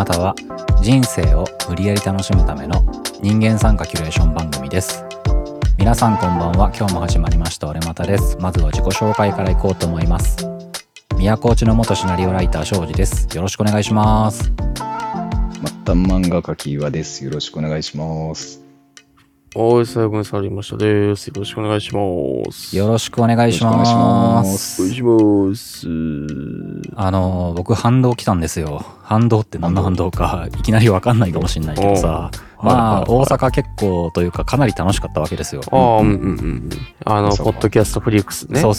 または人生を無理やり楽しむための人間参加キュレーション番組です。皆さんこんばんは。今日も始まりました俺またです。まずは自己紹介からいこうと思います。宮古内の元シナリオライター庄司です。よろしくお願いします。 また漫画家き岩です。よろしくお願いします。 はい、最後に去りましたです。よろしくお願いします。 よろしくお願いします。 お願いします。 僕反動来たんですよ。反動って何の反動かいきなり分かんないかもしれないけどさ、まあ大阪結構というかかなり楽しかったわけですよ。 ポッドキャストフリークスね。 そう。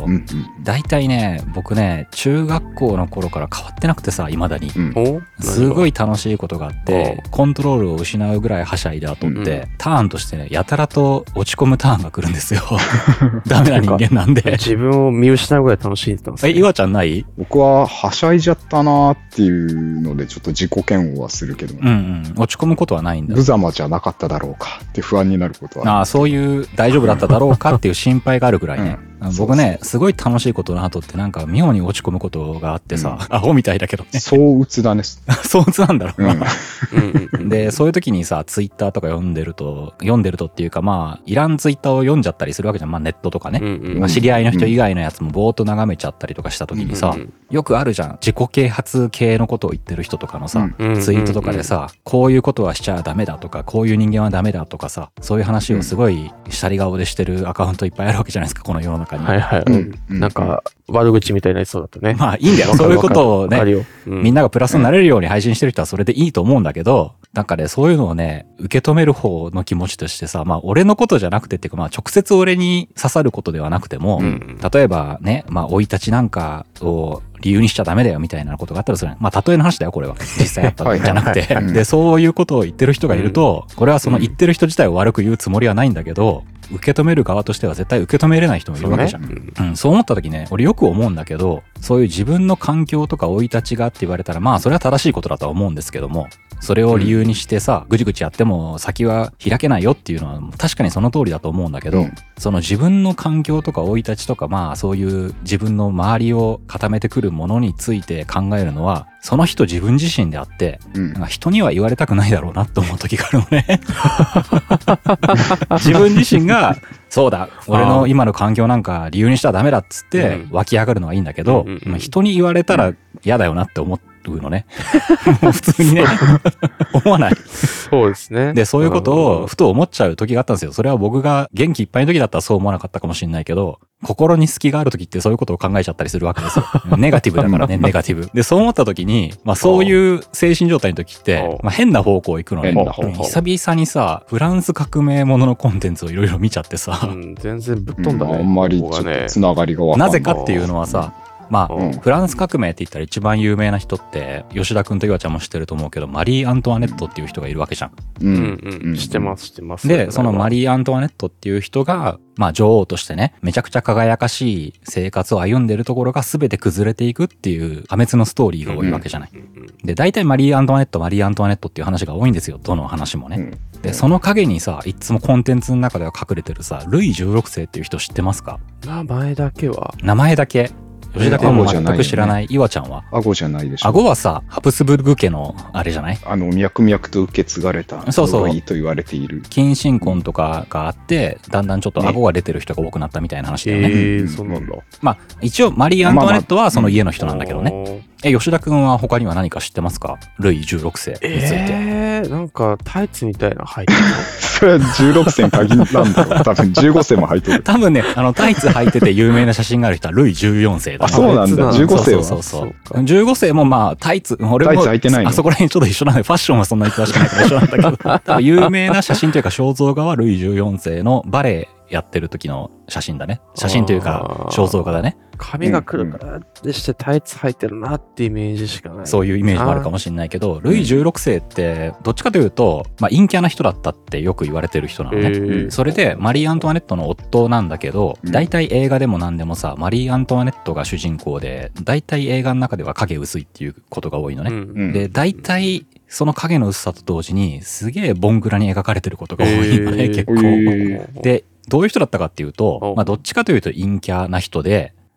大体ね、僕ね、中学校の頃から変わってなくてさ、未だに、すごい楽しいことがあって、コントロールを失うぐらいはしゃいだとって、ターンとしてね、やたらと落ち込むターンが来るんですよ。ダメな人間なんで。 自分を見失うぐらい楽しいんですね。 岩ちゃんない？ 僕ははしゃいじゃったなーっていうので、ちょっと自己嫌悪はするけど、 落ち込むことはないんだ。 無様じゃなかっただろうかって不安になることは。 そういう大丈夫だっただろうかっていう心配があるぐらいね。僕ね、すごい楽しいことの後ってなんか妙に落ち込むことがあってさ、アホみたいだけどね。 そううつだね。 そううつなんだろうな。で、そういう時にさ、ツイッターとか読んでるとっていうか、まあ、いらんツイッターを読んじゃったりするわけじゃん。まあネットとかね。知り合いの人以外のやつもぼーっと眺めちゃったりとかした時にさ、よくあるじゃん。自己啓発系のことを言ってる人とかのさ、ツイートとかでさ、こういうことはしちゃダメだとか、こういう人間はダメだとかさ、そういう話をすごいシャリ顔でしてるアカウントいっぱいあるわけじゃないですか、この世の中に。 なんか悪口みたいになりそうだったね。 まあいいんだよ。そういうことをね、みんながプラスになれるように配信してる人はそれでいいと思うんだけど、なんかね、そういうのをね、受け止める方の気持ちとしてさ、まあ俺のことじゃなくてっていうか、まあ直接俺に刺さることではなくても、例えばね、まあ生い立ちなんかを理由にしちゃダメだよみたいなことがあったらする。まあ例えの話だよ、これは。実際あったんじゃなくて。で、そういうことを言ってる人がいると、これはその言ってる人自体を悪く言うつもりはないんだけど、受け止める側としては絶対受け止めれない人もいるわけじゃん。そう思った時ね、俺よく思うんだけど、そういう自分の環境とか生い立ちがって言われたら、まあそれは正しいことだとは思うんですけども、それを理由にしてさ、ぐちぐちやっても先は開けないよっていうのは確かにその通りだと思うんだけど、その自分の環境とか生い立ちとか、まあそういう自分の周りを固めてくるものについて考えるのは、その人自分自身であって、なんか人には言われたくないだろうなと思う時があるのね。自分自身が、そうだ、俺の今の環境なんか理由にしたらダメだっつって湧き上がるのはいいんだけど、人に言われたら嫌だよなって思うのね。普通にね、思わない。 そうですね。 で、そういうことをふと思っちゃう時があったんですよ。それは僕が元気いっぱいの時だったらそう思わなかったかもしれないけど、心に隙がある時ってそういうことを考えちゃったりするわけですよ。ネガティブだからね、ネガティブ。で、そう思った時に、まあそういう精神状態の時って、まあ変な方向行くのね。久々にさ、フランス革命もののコンテンツをいろいろ見ちゃってさ、 全然ぶっ飛んだね。 あんまりちょっとつながりがわかんない。 なぜかっていうのはさ、まあ、フランス革命って言ったら一番有名な人って吉田くんと岩ちゃんも知ってると思うけど、マリー・アントワネットっていう人がいるわけじゃん。 知ってますで、そのマリー・アントワネットっていう人が、まあ女王としてね、めちゃくちゃ輝かしい生活を歩んでるところが全て崩れていくっていう破滅のストーリーが多いわけじゃない。で、大体マリー・アントワネットっていう話が多いんですよ。どの話もね。で、その影にさ、いつもコンテンツの中では隠れてるさ、ルイ16世っていう人知ってますか？ 名前だけは。 名前だけ。吉田君も全く知らない。岩ちゃんは？ 顎じゃないでしょ。 顎はさ、ハプスブルグ家のあれじゃない？ 脈々と受け継がれた。そういいと言われている。 近親婚とかがあって、だんだんちょっと顎が出てる人が多くなったみたいな話だよね。 そうなんだ。 まあ、一応マリー・アントワネットはその家の人なんだけどね。吉田くんは他には何か知ってますか？ルイ16世について。 なんかタイツみたいな履いてる。 それは16世に限なんだろう。多分15世も履いてる。 多分ね、タイツ履いてて有名な写真がある人はルイ14世だ。 あ、そうなんだ。15世は。 そう。15世もまあタイツ、俺も履いてないの。 あそこら辺ちょっと一緒なんで、ファッションはそんなに詳しくないから一緒なんだけど、多分有名な写真というか肖像画はルイ14世のバレエやってる時の写真だね。写真というか肖像画だね。 髪がくるくるってしてタイツ履いてるなってイメージしかない。 そういうイメージもあるかもしれないけど、ルイ16世ってどっちかというと、まあ陰キャな人だったってよく言われてる人なのね。それでマリー・アントワネットの夫なんだけど、大体映画でも何でもさ、マリー・アントワネットが主人公で、大体映画の中では影薄いっていうことが多いのね。で、大体その影の薄さと同時にすげえボンクラに描かれてることが多いのね、結構。で、どういう人だったかっていうと、まあどっちかというと陰キャな人で、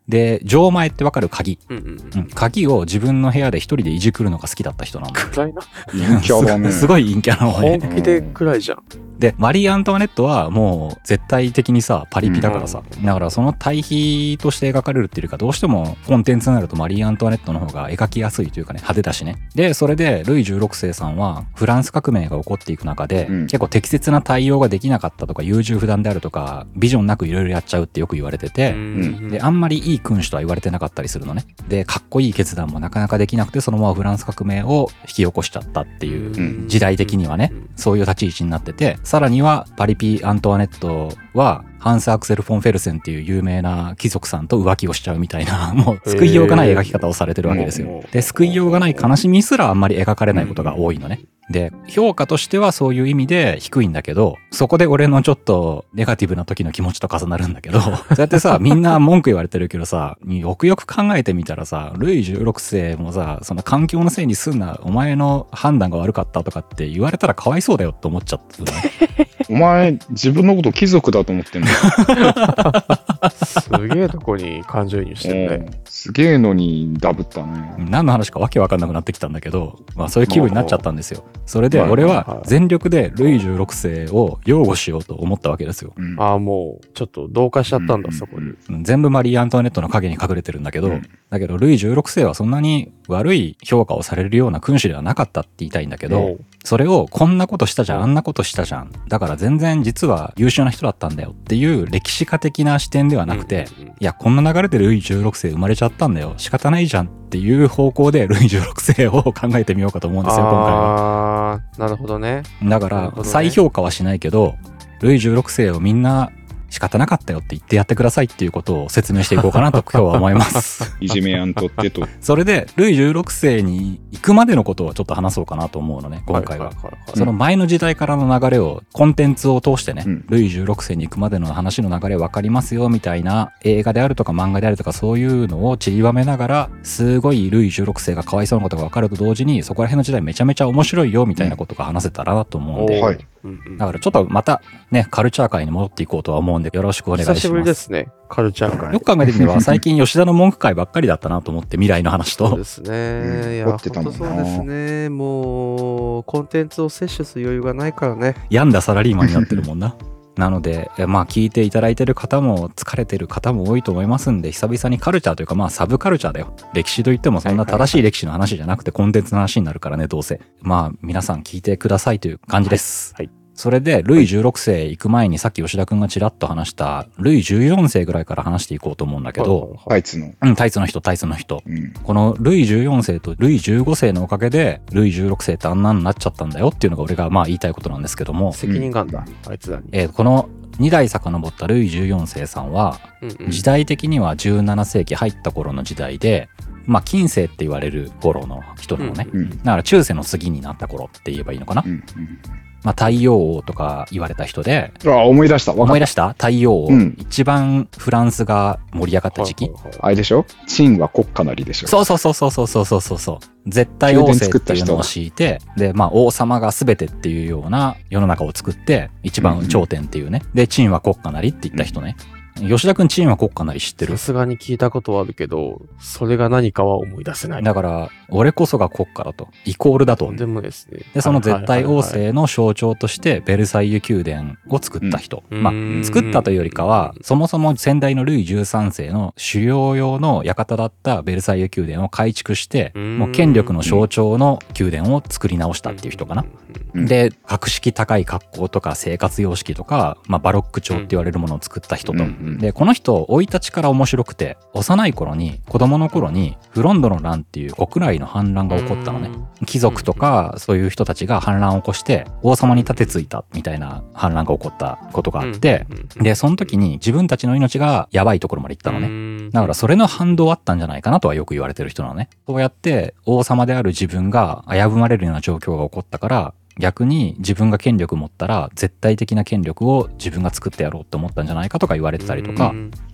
で、錠前ってわかる？鍵。鍵を自分の部屋で一人でいじくるのが好きだった人なんだ。 暗いな。 陰キャだね。 すごい陰キャなのね。 本気で暗いじゃん。 で、マリー・アントワネットはもう絶対的にさ、パリピだからさ。だからその対比として描かれるっていうか、どうしてもコンテンツになるとマリー・アントワネットの方が描きやすいというかね、派手だしね。で、それでルイ16世さんはフランス革命が起こっていく中で、結構適切な対応ができなかったとか、優柔不断であるとか、ビジョンなくいろいろやっちゃうってよく言われてて、で、あんまりいい君主とは言われてなかったりするのね。で、かっこいい決断もなかなかできなくて、そのままフランス革命を引き起こしちゃったっていう、時代的にはね、そういう立ち位置になってて、さらにはパリピ・アントワネットはハンス・アクセル・フォン・フェルセンっていう有名な貴族さんと浮気をしちゃうみたいな、もう救いようがない描き方をされてるわけですよ。で、救いようがない悲しみすらあんまり描かれないことが多いのね。で、評価としてはそういう意味で低いんだけど、そこで俺のちょっとネガティブな時の気持ちと重なるんだけど、そうやってさ、みんな文句言われてるけどさ、よくよく考えてみたらさ、ルイ16世もさ、その環境のせいにすんな、お前の判断が悪かったとかって言われたらかわいそうだよって思っちゃったね。 お前、自分のこと貴族だと思ってんだよ。 すげえとこに感情移入してるね。 すげえのにダブったね。 何の話かわけわかんなくなってきたんだけど、まあそういう気分になっちゃったんですよ。それで俺は全力でルイ16世を擁護しようと思ったわけですよ。 ああ、もうちょっと同化しちゃったんだ、そこに。 全部マリー・アントワネットの影に隠れてるんだけど、だけどルイ16世はそんなに悪い評価をされるような君主ではなかったって言いたいんだけど、それをこんなことしたじゃん、あんなことしたじゃん。だから全然実は優秀な人だったんだよっていう歴史家的な視点ではなくて、いや、こんな流れでルイ16世生まれちゃったんだよ。仕方ないじゃんっていう方向でルイ16世を考えてみようかと思うんですよ、今回は。 ああ、なるほどね。 だから、再評価はしないけど、ルイ16世をみんな仕方なかったよって言ってやってくださいっていうことを説明していこうかなと今日は思います。 いじめやんとってと。 それで、ルイ16世に行くまでのことをちょっと話そうかなと思うのね、今回は。その前の時代からの流れを、コンテンツを通してね、ルイ16世に行くまでの話の流れ分かりますよみたいな映画であるとか漫画であるとかそういうのを散りばめながら、すごいルイ16世がかわいそうなことが分かると同時に、そこら辺の時代めちゃめちゃ面白いよみたいなことが話せたらなと思うんで、だからちょっとまたね、カルチャー界に戻っていこうとは思うんで、よろしくお願いします。 久しぶりですね、カルチャー界。 よく考えてみれば、最近吉田の文句会ばっかりだったなと思って、未来の話と。 そうですね。いや、ほんとそうですね。もう、コンテンツを摂取する余裕がないからね。 病んだサラリーマンになってるもんな。なので、まあ聞いていただいてる方も疲れてる方も多いと思いますんで、久々にカルチャーというかまあサブカルチャーだよ。歴史といってもそんな正しい歴史の話じゃなくてコンテンツの話になるからね、どうせ。まあ皆さん聞いてくださいという感じです。はい。それで、ルイ16世行く前にさっき吉田くんがちらっと話した、ルイ14世ぐらいから話していこうと思うんだけど、 タイツの。 タイツの人。このルイ14世とルイ15世のおかげで、ルイ16世ってあんなのになっちゃったんだよっていうのが俺がまあ言いたいことなんですけども。 責任があるんだ、あいつらに。 この2代遡ったルイ14世さんは、時代的には17世紀入った頃の時代で、まあ近世って言われる頃の人なのね。だから中世の次になった頃って言えばいいのかな。まあ、太陽王とか言われた人で。 思い出した。 思い出した太陽王、一番フランスが盛り上がった時期。 あれでしょ、秦は国家なりでしょ。 そう。絶対王政っていうのを敷いて、で、まあ王様が全てっていうような世の中を作って、一番頂点っていうね。で、秦は国家なりって言った人ね。吉田くんチームは国家なり知ってる？ さすがに聞いたことはあるけど、それが何かは思い出せない。 だから、俺こそが国家だと。イコールだと。 でもですね。 で、その絶対王政の象徴として、ベルサイユ宮殿を作った人。まあ、作ったというよりかは、そもそも先代のルイ13世の狩猟用の館だったベルサイユ宮殿を改築して、もう権力の象徴の宮殿を作り直したっていう人かな。で、格式高い格好とか生活様式とか、まあ、バロック調って言われるものを作った人と。で、この人、生い立ちから面白くて、幼い頃に、子供の頃に、フロンドの乱っていう国内の反乱が起こったのね。貴族とか、そういう人たちが反乱を起こして、王様に立てついたみたいな反乱が起こったことがあって、で、その時に自分たちの命がやばいところまで行ったのね。だからそれの反動あったんじゃないかなとはよく言われてる人なのね。そうやって王様である自分が危ぶまれるような状況が起こったから、逆に自分が権力持ったら絶対的な権力を自分が作ってやろうって思ったんじゃないかとか言われてたりとか、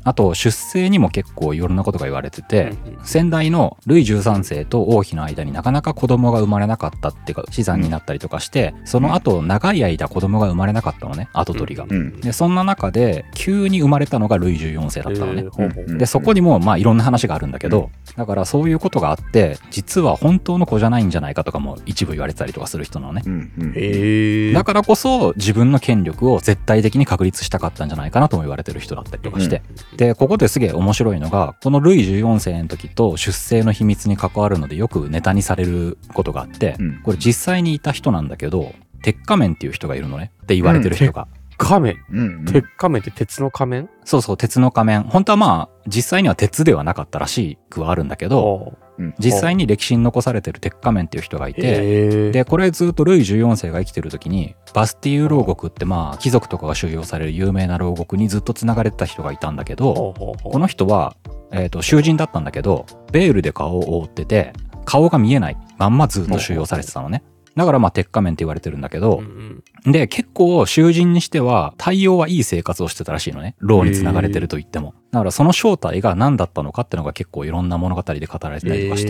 あと出生にも結構いろんなことが言われてて、先代のルイ13世と王妃の間になかなか子供が生まれなかったっていうか死産になったりとかして、その後長い間子供が生まれなかったのね、跡取りが。でそんな中で急に生まれたのがルイ14世だったのね。でそこにもまあいろんな話があるんだけど、だからそういうことがあって実は本当の子じゃないんじゃないかとかも一部言われてたりとかする人なのね。だからこそ自分の権力を絶対的に確立したかったんじゃないかなとも言われてる人だったりとかして、でここですげえ面白いのが、このルイ14世の時と出生の秘密に関わるのでよくネタにされることがあって、これ実際にいた人なんだけど、鉄仮面っていう人がいるのねって言われてる人が。 仮面、鉄仮面って鉄の仮面？ そうそう、鉄の仮面。本当はまあ実際には鉄ではなかったらしくはあるんだけど、実際に歴史に残されてる鉄仮面っていう人がいて、でこれずっとルイ14世が生きてる時にバスティーユ牢獄ってまあ貴族とかが収容される有名な牢獄にずっとつながれてた人がいたんだけど、この人は、囚人だったんだけどベールで顔を覆ってて顔が見えないまんまずっと収容されてたのね。だからまあ鉄仮面って言われてるんだけど、で結構囚人にしては対応はいい生活をしてたらしいのね、牢に繋がれてると言っても。だからその正体が何だったのかっていうのが結構いろんな物語で語られてたりとかして、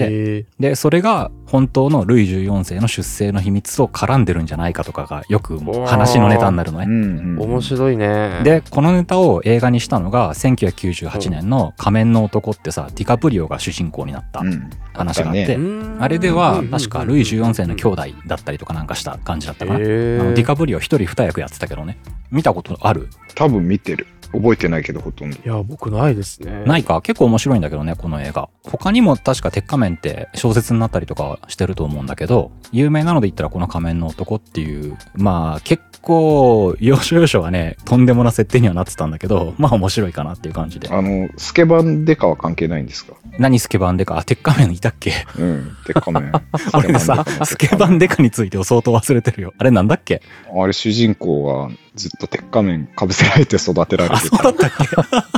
でそれが本当のルイ14世の出生の秘密と絡んでるんじゃないかとかがよく話のネタになるのね。 面白いね。 でこのネタを映画にしたのが1998年の仮面の男ってさ、ディカプリオが主人公になった話があって、あれでは確かルイ14世の兄弟だったりとかなんかした感じだったかな。ディカプリオ一人二役やってたけどね。見たことある？ 多分見てる。覚えてないけどほとんど。 いや僕ないですね。 ないか。結構面白いんだけどねこの映画。他にも確か鉄仮面って小説になったりとかしてると思うんだけど、有名なので言ったらこの仮面の男っていう、まあ結構要所要所はねとんでもな設定にはなってたんだけど、まあ面白いかなっていう感じで。 スケバンデカは関係ないんですか？ 何スケバンデカ？あ、鉄仮面いたっけ？ 鉄仮面。 あれでさ、スケバンデカについてを相当忘れてるよ。あれなんだっけ？ あれ主人公がずっと鉄仮面かぶせられて育てられてた。 そうだったっけ？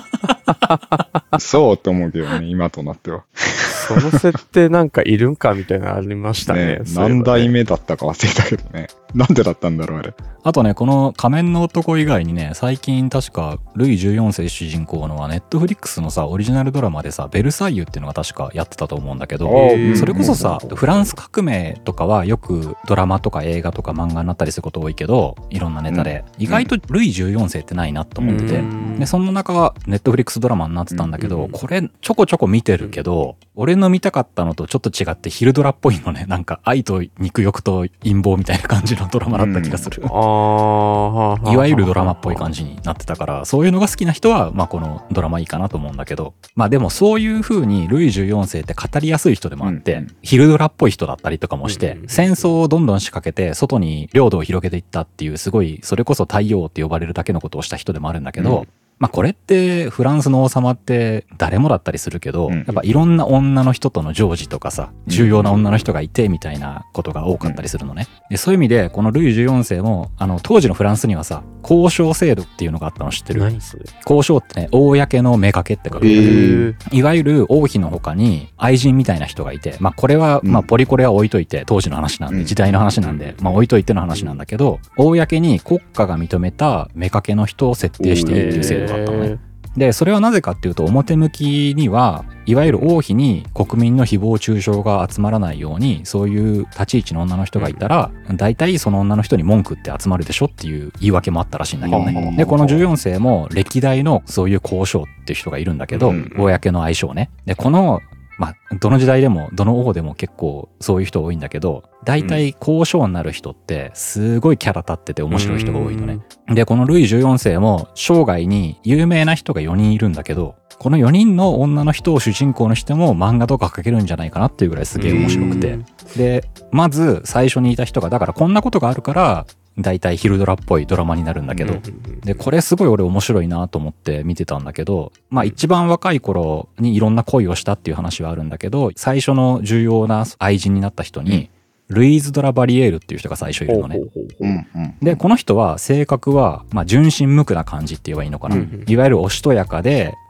そうと思うけどね、今となっては。 その設定なんかいるんかみたいなのありましたね。 何代目だったか忘れたけどね。なんでだったんだろうあれ。 あとね、この仮面の男以外にね、最近確かルイ14世主人公のはネットフリックスのさオリジナルドラマでさベルサイユっていうのが確かやってたと思うんだけど、それこそさフランス革命とかはよくドラマとか映画とか漫画になったりすること多いけど、いろんなネタで、意外とルイ14世ってないなと思ってて、でそんな中はネットフリックスドラマになってたんだけど、これちょこちょこ見てるけど、俺の見たかったのとちょっと違って昼ドラっぽいのね。なんか愛と肉欲と陰謀みたいな感じのドラマだった気がする。いわゆるドラマっぽい感じになってたから、そういうのが好きな人はまあこのドラマいいかなと思うんだけど、まあでもそういう風にルイ14世って語りやすい人でもあって、昼ドラっぽい人だったりとかもして、戦争をどんどん仕掛けて外に領土を広げていったっていう、すごいそれこそ太陽って呼ばれるだけのことをした人でもあるんだけど、まあこれってフランスの王様って誰もだったりするけど、やっぱいろんな女の人との常時とかさ、重要な女の人がいてみたいなことが多かったりするのね。でそういう意味でこのルイ14世も当時のフランスにはさ交渉制度っていうのがあったの知ってる？ 何それ？ 交渉ってね、公の妾って書くんだけど、いわゆる王妃の他に愛人みたいな人がいて、まあこれはまあポリコレは置いといて当時の話なんで、時代の話なんでまあ置いといての話なんだけど、公に国家が認めた妾の人を設定していいっていう制度があったのね。でそれはなぜかっていうと、表向きにはいわゆる王妃に国民の誹謗中傷が集まらないように、そういう立ち位置の女の人がいたら大体その女の人に文句って集まるでしょっていう言い訳もあったらしいんだけどね。でこの14世も歴代のそういう交渉っていう人がいるんだけど、公の相性ね。でこのまあ、どの時代でもどの王でも結構そういう人多いんだけど、大体交渉になる人ってすごいキャラ立ってて面白い人が多いのね。でこのルイ14世も生涯に有名な人が4人いるんだけど、この4人の女の人を主人公にしても漫画とか描けるんじゃないかなっていうぐらいすげえ面白くて、でまず最初にいた人が、だからこんなことがあるからだいたい昼ドラっぽいドラマになるんだけど、でこれすごい俺面白いなと思って見てたんだけど、まあ一番若い頃にいろんな恋をしたっていう話はあるんだけど、最初の重要な愛人になった人にルイーズ・ドラ・バリエールっていう人が最初いるのね。でこの人は性格はまあ純真無垢な感じって言えばいいのかな、いわゆるおしとやかで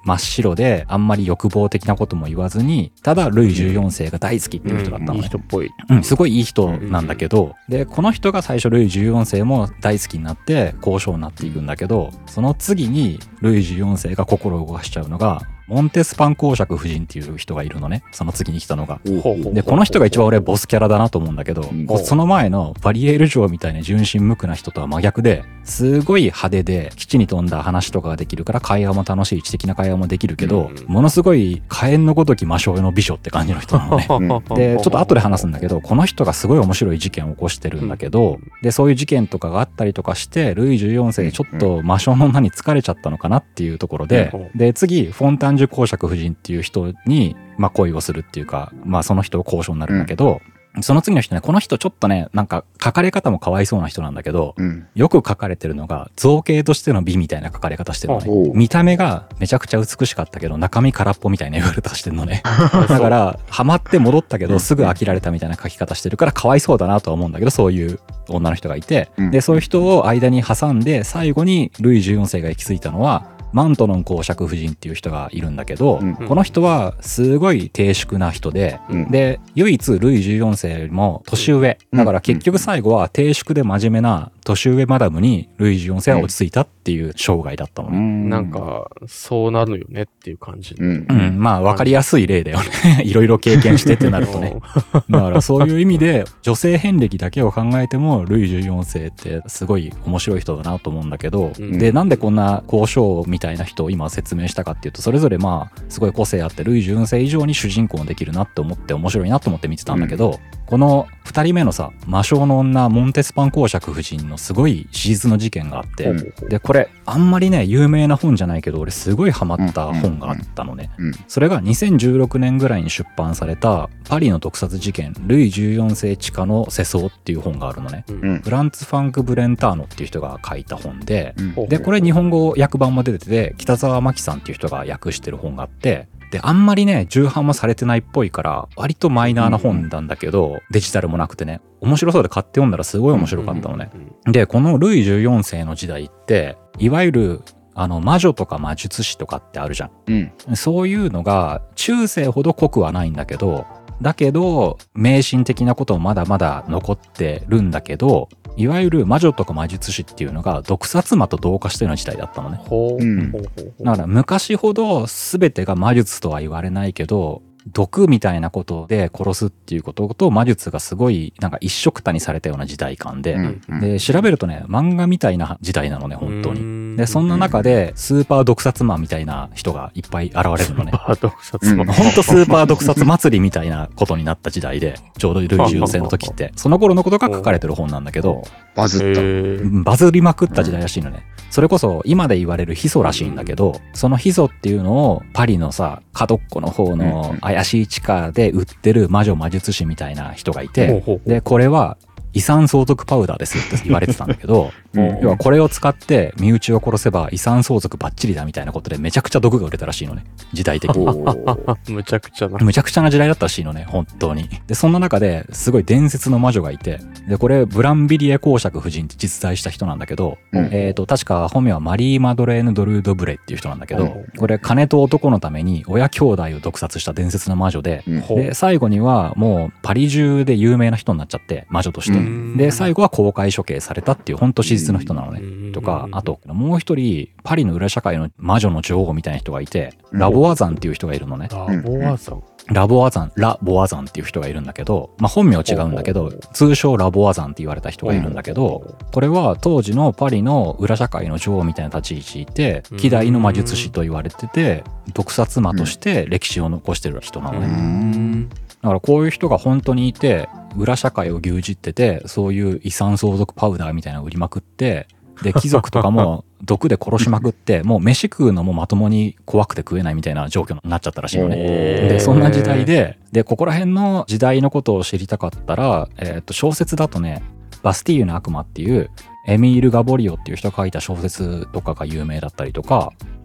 真っ白であんまり欲望的なことも言わずに、ただルイ14世が大好きっていう人だったのね。 いい人っぽい。 すごいいい人なんだけど、でこの人が最初ルイ14世も大好きになって交渉になっていくんだけど、その次にルイ14世が心を動かしちゃうのがモンテスパン公爵夫人っていう人がいるのね。その次に来たのが。でこの人が一番俺ボスキャラだなと思うんだけど、その前のバリエール城みたいな純真無垢な人とは真逆で、すごい派手で基地に富んだ話とかができるから会話も楽しい、知的な会話もできるけど、ものすごい火炎のごとき魔性の美女って感じの人なのね。でちょっと後で話すんだけど、この人がすごい面白い事件を起こしてるんだけど、でそういう事件とかがあったりとかしてルイ14世ちょっと魔性の女に疲れちゃったのかなっていうところで、で次フォンタンジュ公爵夫人っていう人に恋をするっていうか、その人を交渉になるんだけど、その次の人ね、この人ちょっとね、なんか書かれ方もかわいそうな人なんだけど、よく書かれてるのが造形としての美みたいな書かれ方してるのね。見た目がめちゃくちゃ美しかったけど中身空っぽみたいな言われ方してるのね。だからハマって戻ったけどすぐ飽きられたみたいな書き方してるからかわいそうだなとは思うんだけど、そういう女の人がいて、でそういう人を間に挟んで最後にルイ14世が行き着いたのはマントノン公爵夫人っていう人がいるんだけど、この人はすごい低粛な人で、で唯一ルイ14世よりも年上だから、結局最後は低粛で真面目な年上マダムにルイ14世は落ち着いたっていう生涯だったのね。 なんかそうなるよねっていう感じ。 分かりやすい例だよね。いろいろ経験してってなるとね。だからそういう意味で女性遍歴だけを考えてもルイ14世ってすごい面白い人だなと思うんだけど、でなんでこんな交渉みたいな人を今説明したかっていうと、それぞれすごい個性あってルイ14世以上に主人公もできるなって思って面白いなと思って見てたんだけど、この2人目のさ魔性の女モンテスパン公爵夫人のすごい史実の事件があって、でこれあんまりね有名な本じゃないけど俺すごいハマった本があったのね。それが2016年ぐらいに出版されたパリの毒殺事件ルイ14世地下の世相っていう本があるのね。フランツ・ファンク・ブレンターノっていう人が書いた本で、でこれ日本語訳版も出てて北沢真希さんっていう人が訳してる本があって、であんまりね重版もされてないっぽいから割とマイナーな本なんだけど、デジタルもなくてね面白そうで買って読んだらすごい面白かったのね。でこのルイ14世の時代っていわゆる魔女とか魔術師とかってあるじゃん、そういうのが中世ほど濃くはないんだけど、迷信的なこともまだまだ残ってるんだけど、いわゆる魔女とか魔術師っていうのが毒殺魔と同化したような時代だったのね。だから昔ほど全てが魔術とは言われないけど、毒みたいなことで殺すっていうことと魔術がすごいなんか一緒くたにされたような時代感で、で調べるとね漫画みたいな時代なのね本当に。でそんな中でスーパー毒殺魔みたいな人がいっぱい現れるのね。 毒殺魔、 ほんとスーパー毒殺祭りみたいなことになった時代で、ちょうどルイ14世の時ってその頃のことが書かれてる本なんだけど、 バズりまくった時代らしいのね。それこそ今で言われるヒ素らしいんだけど、そのヒ素っていうのをパリのさ角っこの方の怪しい地下で売ってる魔女魔術師みたいな人がいて、でこれは遺産相続パウダーですって言われてたんだけど要はこれを使って身内を殺せば遺産相続バッチリだみたいなことでめちゃくちゃ毒が売れたらしいのね、時代的に。 むちゃくちゃな時代だったらしいのね本当に。でそんな中ですごい伝説の魔女がいて、でこれブランビリエ公爵夫人って実在した人なんだけど、確か本名はマリー・マドレーヌ・ドルードブレっていう人なんだけど、これ金と男のために親兄弟を毒殺した伝説の魔女で、で最後にはもうパリ中で有名な人になっちゃって魔女として、で最後は公開処刑されたっていう本当史実の人なのね。とかあともう一人パリの裏社会の魔女の女王みたいな人がいて、ラボアザンっていう人がいるのね。ラボアザンっていう人がいるんだけど、本名違うんだけど通称ラボアザンって言われた人がいるんだけど、これは当時のパリの裏社会の女王みたいな立ち位置いて、希代の魔術師と言われてて毒殺魔として歴史を残してる人なのね。だからこういう人が本当にいて裏社会を牛耳ってて、そういう遺産相続パウダーみたいなのを売りまくって、で貴族とかも毒で殺しまくってもう飯食うのもまともに怖くて食えないみたいな状況になっちゃったらしいのね。でそんな時代でここら辺の時代のことを知りたかったら、小説だとねバスティーユの悪魔っていうエミール・ガボリオっていう人が書いた小説とかが有名だったりとか、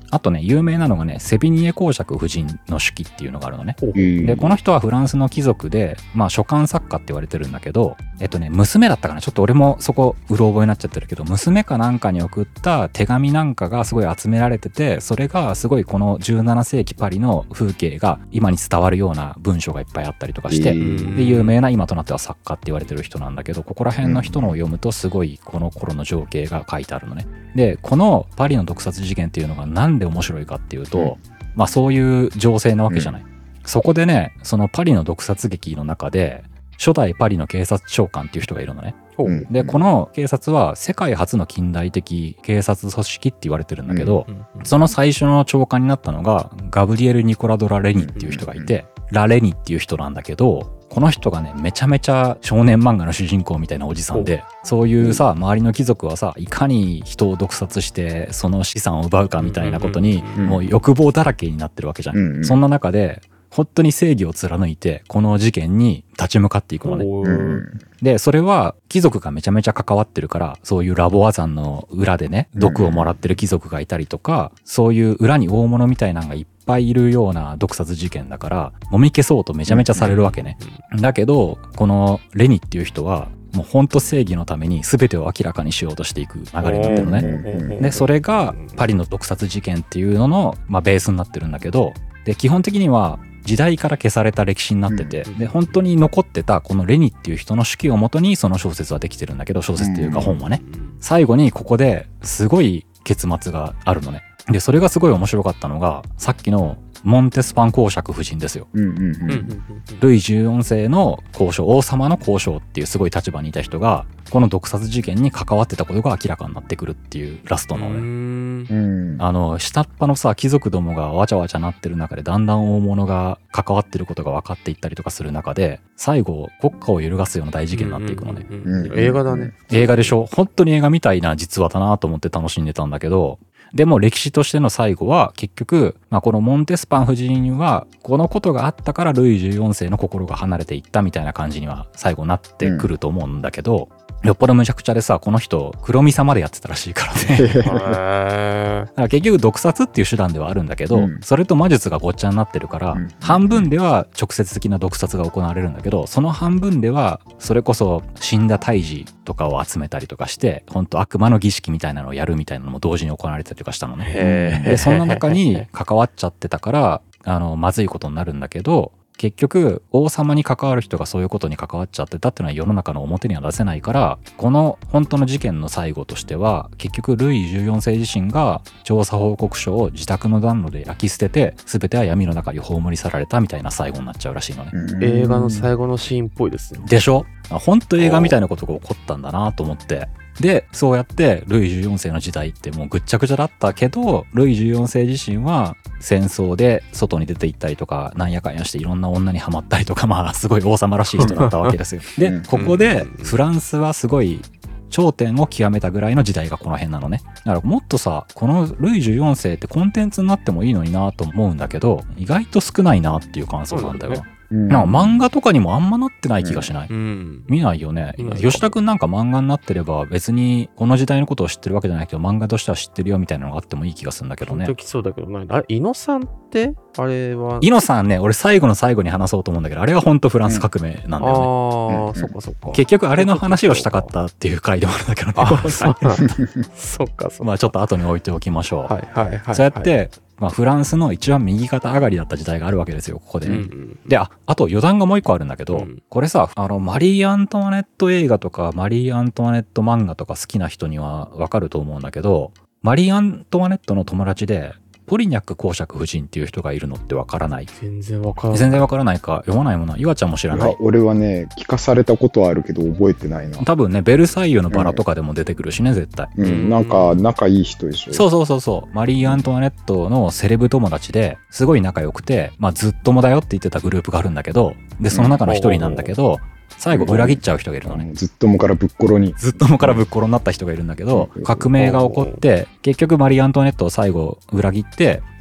あとね、有名なのがね、セビニエ公爵夫人の手記っていうのがあるのね。 で、 で、この人はフランスの貴族で、まあ書簡作家って言われてるんだけど、娘だったかな、ちょっと俺もそこうろ覚えになっちゃってるけど、娘かなんかに送った手紙なんかがすごい集められてて、それがすごいこの17世紀パリの風景が今に伝わるような文章がいっぱいあったりとかして、で、有名な今となっては作家って言われてる人なんだけど、ここら辺の人のを読むとすごいこの頃の情景が書いてあるのね。で、このパリの毒殺事件っていうのがなんで面白いかっていうと、まあそういう情勢なわけじゃない。そこでね、そのパリの毒殺劇の中で、初代パリの警察長官っていう人がいるのね。で、この警察は世界初の近代的警察組織って言われてるんだけど、その最初の長官になったのがガブリエル・ニコラ・ド・ラレニっていう人がいて、ラレニっていう人なんだけど、この人がね、めちゃめちゃ少年漫画の主人公みたいなおじさんで、そういうさ、周りの貴族はさ、いかに人を毒殺してその資産を奪うかみたいなことにもう欲望だらけになってるわけじゃん。そんな中で本当に正義を貫いてこの事件に立ち向かっていくのね。で、それは貴族がめちゃめちゃ関わってるから、そういうラボア山の裏でね、毒をもらってる貴族がいたりとか、そういう裏に大物みたいなのがいっぱいいるような毒殺事件だから、もみ消そうとめちゃめちゃされるわけね。だけど、このレニっていう人は、もう本当正義のために全てを明らかにしようとしていく流れになってるのね。で、それがパリの毒殺事件っていうのの、まあ、ベースになってるんだけど、で、基本的には時代から消された歴史になってて、で、本当に残ってたこのレニっていう人の手記をもとにその小説はできてるんだけど、小説っていうか本はね。最後にここですごい結末があるのね。で、それがすごい面白かったのが、さっきのモンテスパン公爵夫人ですよ。ルイ14世の公将、王様の公将っていうすごい立場にいた人が、この毒殺事件に関わってたことが明らかになってくるっていうラストのね。下っ端のさ、貴族どもがわちゃわちゃなってる中で、だんだん大物が関わってることが分かっていったりとかする中で、最後、国家を揺るがすような大事件になっていくのね。 映画だね。 映画でしょ。本当に映画みたいな実話だなと思って楽しんでたんだけど、でも歴史としての最後は結局、まあ、このモンテスパン夫人はこのことがあったからルイ14世の心が離れていったみたいな感じには最後なってくると思うんだけど、よっぽどむちゃくちゃでさ、この人黒ミサまでやってたらしいからねだから結局毒殺っていう手段ではあるんだけど、それと魔術がごっちゃになってるから、半分では直接的な毒殺が行われるんだけど、その半分ではそれこそ死んだ胎児とかを集めたりとかして、本当悪魔の儀式みたいなのをやるみたいなのも同時に行われたりとかしたのね。で、そんな中に関わっちゃってたからまずいことになるんだけど、結局王様に関わる人がそういうことに関わっちゃってたっていうのは世の中の表には出せないから、この本当の事件の最後としては結局ルイ14世自身が調査報告書を自宅の暖炉で焼き捨てて、全ては闇の中に葬り去られたみたいな最後になっちゃうらしいのね。 映画の最後のシーンっぽいですね。 でしょ。本当映画みたいなことが起こったんだなと思って。で、そうやってルイ14世の時代ってもうぐっちゃぐちゃだったけど、ルイ14世自身は戦争で外に出て行ったりとか、なんやかんやしていろんな女にはまったりとか、まあすごい王様らしい人だったわけですよ。で、ここでフランスはすごい頂点を極めたぐらいの時代がこの辺なのね。だからもっとさ、このルイ14世ってコンテンツになってもいいのになと思うんだけど、意外と少ないなっていう感想なんだよ。なんか漫画とかにもあんまなってない気がしない。見ないよね。吉田くんなんか漫画になってれば別にこの時代のことを知ってるわけじゃないけど、漫画としては知ってるよみたいなのがあってもいい気がするんだけどね。 本当そうだけどな。あれ、イノさんってあれはイノさんね、俺最後の最後に話そうと思うんだけど、あれは本当フランス革命なんだよね。 ああ、そっかそっか。 結局あれの話をしたかったっていう回でもあるんだけどね。 そうなんだ。そっか。 まあちょっと後に置いておきましょう。 はいはいはい。 そうやって、まあ、フランスの一番右肩上がりだった時代があるわけですよ、ここでね。で、あと余談がもう一個あるんだけど、これさ、マリー・アントワネット映画とか、マリー・アントワネット漫画とか好きな人にはわかると思うんだけど、マリー・アントワネットの友達で、ポリニャック公爵夫人っていう人がいるのってわからない？ 全然わからない。 全然わからないか。読まないもの。岩ちゃんも知らない。 俺はね、聞かされたことはあるけど覚えてないな。 多分ね、ベルサイユのバラとかでも出てくるしね、絶対。 なんか仲いい人でしょ。 そう。マリー・アントワネットのセレブ友達ですごい仲良くて、まあずっともだよって言ってたグループがあるんだけど、で、その中の一人なんだけど、最後裏切っちゃう人がいるのね。 ずっともからぶっころになった人がいるんだけど、革命が起こって、結局マリー・アントワネットを最後裏切って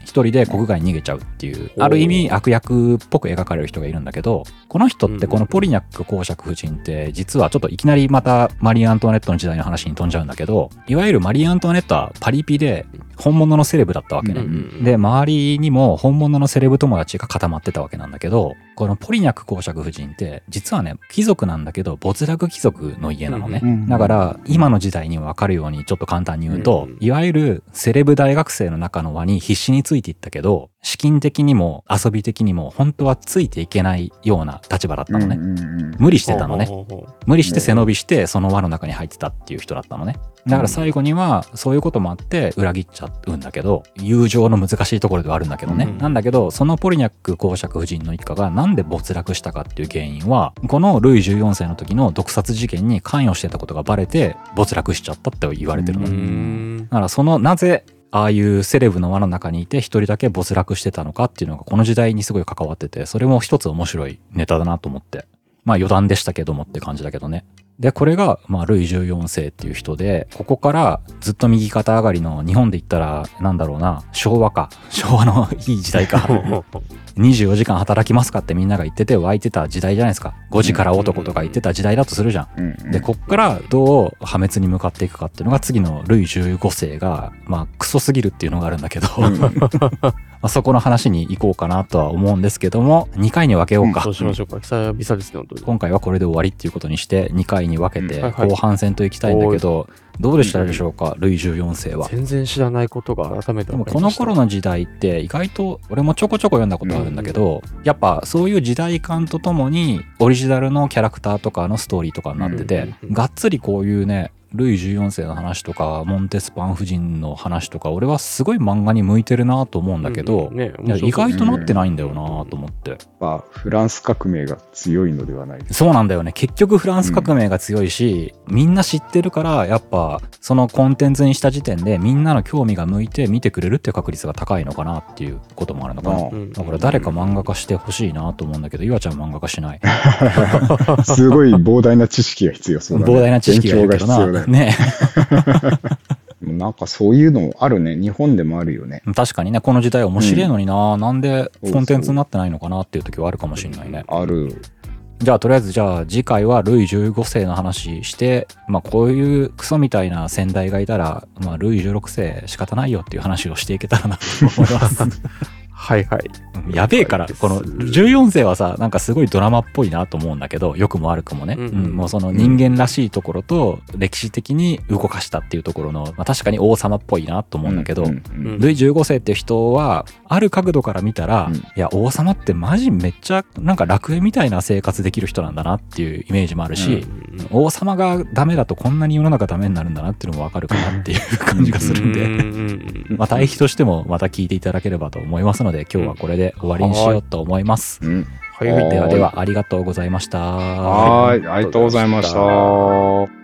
一人で国外に逃げちゃうっていう、ある意味悪役っぽく描かれる人がいるんだけど、この人ってこのポリニャック公爵夫人って実はちょっといきなりまたマリー・アントワネットの時代の話に飛んじゃうんだけど、いわゆるマリー・アントワネットはパリピで本物のセレブだったわけね。で、周りにも本物のセレブ友達が固まってたわけなんだけど、このポリニャック公爵夫人って実はね、貴族なんだけど没落貴族の家なのね。だから今の時代に分かるようにちょっと簡単に言うと、いわゆるセレブ大学生の中の輪に必死についていったけど、資金的にも遊び的にも本当はついていけないような立場だったのね。無理してたのね。無理して背伸びしてその輪の中に入ってたっていう人だったのね。だから最後にはそういうこともあって裏切っちゃうんだけど、友情の難しいところではあるんだけどね。なんだけど、そのポリニャック公爵夫人の一家がなんで没落したかっていう原因は、このルイ14世の時の毒殺事件に関与してたことがバレて没落しちゃったって言われてるの。だからそのなぜああいうセレブの輪の中にいて一人だけ没落してたのかっていうのがこの時代にすごい関わってて、それも一つ面白いネタだなと思って。まあ余談でしたけどもって感じだけどね。で、これが、まあ、ルイ14世っていう人で、ここからずっと右肩上がりの、日本で言ったら、なんだろうな、昭和か。昭和のいい時代か。24時間働きますかってみんなが言ってて湧いてた時代じゃないですか。5時から男とか言ってた時代だとするじゃん。で、こっからどう破滅に向かっていくかっていうのが次のルイ15世が、まあ、クソすぎるっていうのがあるんだけど、まあそこの話に行こうかなとは思うんですけども、2回に分けようか。 そうしましょうか。久々ですね、本当に。 今回はこれで終わりっていうことにして、2回に分けて後半戦といきたいんだけど、どうでしたでしょうか、ルイ14世は。 全然知らないことが改めて分かりました。 でもこの頃の時代って意外と、俺もちょこちょこ読んだことあるんだけど、やっぱそういう時代感とともにオリジナルのキャラクターとかのストーリーとかになってて、がっつりこういうね、ルイ14世の話とかモンテスパン夫人の話とか俺はすごい漫画に向いてるなと思うんだけど、いや意外となってないんだよなと思って、 フランス革命が強いのではないですか。 そうなんだよね。結局フランス革命が強いし、みんな知ってるからやっぱそのコンテンツにした時点でみんなの興味が向いて見てくれるっていう確率が高いのかなっていうこともあるのかな。だから誰か漫画化してほしいなと思うんだけど、岩ちゃん漫画化しない。 すごい膨大な知識が必要そうだね。 膨大な知識が必要だね。 なんかそういうのあるね。日本でもあるよね。 確かにね、この時代面白いのにな、なんでコンテンツになってないのかなっていう時はあるかもしれないね。 ある。 じゃあとりあえず次回はルイ15世の話して、まあこういうクソみたいな先代がいたら、まあルイ16世仕方ないよっていう話をしていけたらなと思います。 はいはい。 やべえから、この14世はさ、なんかすごいドラマっぽいなと思うんだけど、良くも悪くもね。もうその人間らしいところと、歴史的に動かしたっていうところの、まあ確かに王様っぽいなと思うんだけど、ルイ15世っていう人は、ある角度から見たら、いや、王様ってマジめっちゃ、なんか楽園みたいな生活できる人なんだなっていうイメージもあるし、王様がダメだとこんなに世の中ダメになるんだなっていうのもわかるかなっていう感じがするんで、まあ対比としてもまた聞いていただければと思いますので、今日はこれで終わりにしようと思います。ではありがとうございました。 はい、ありがとうございました。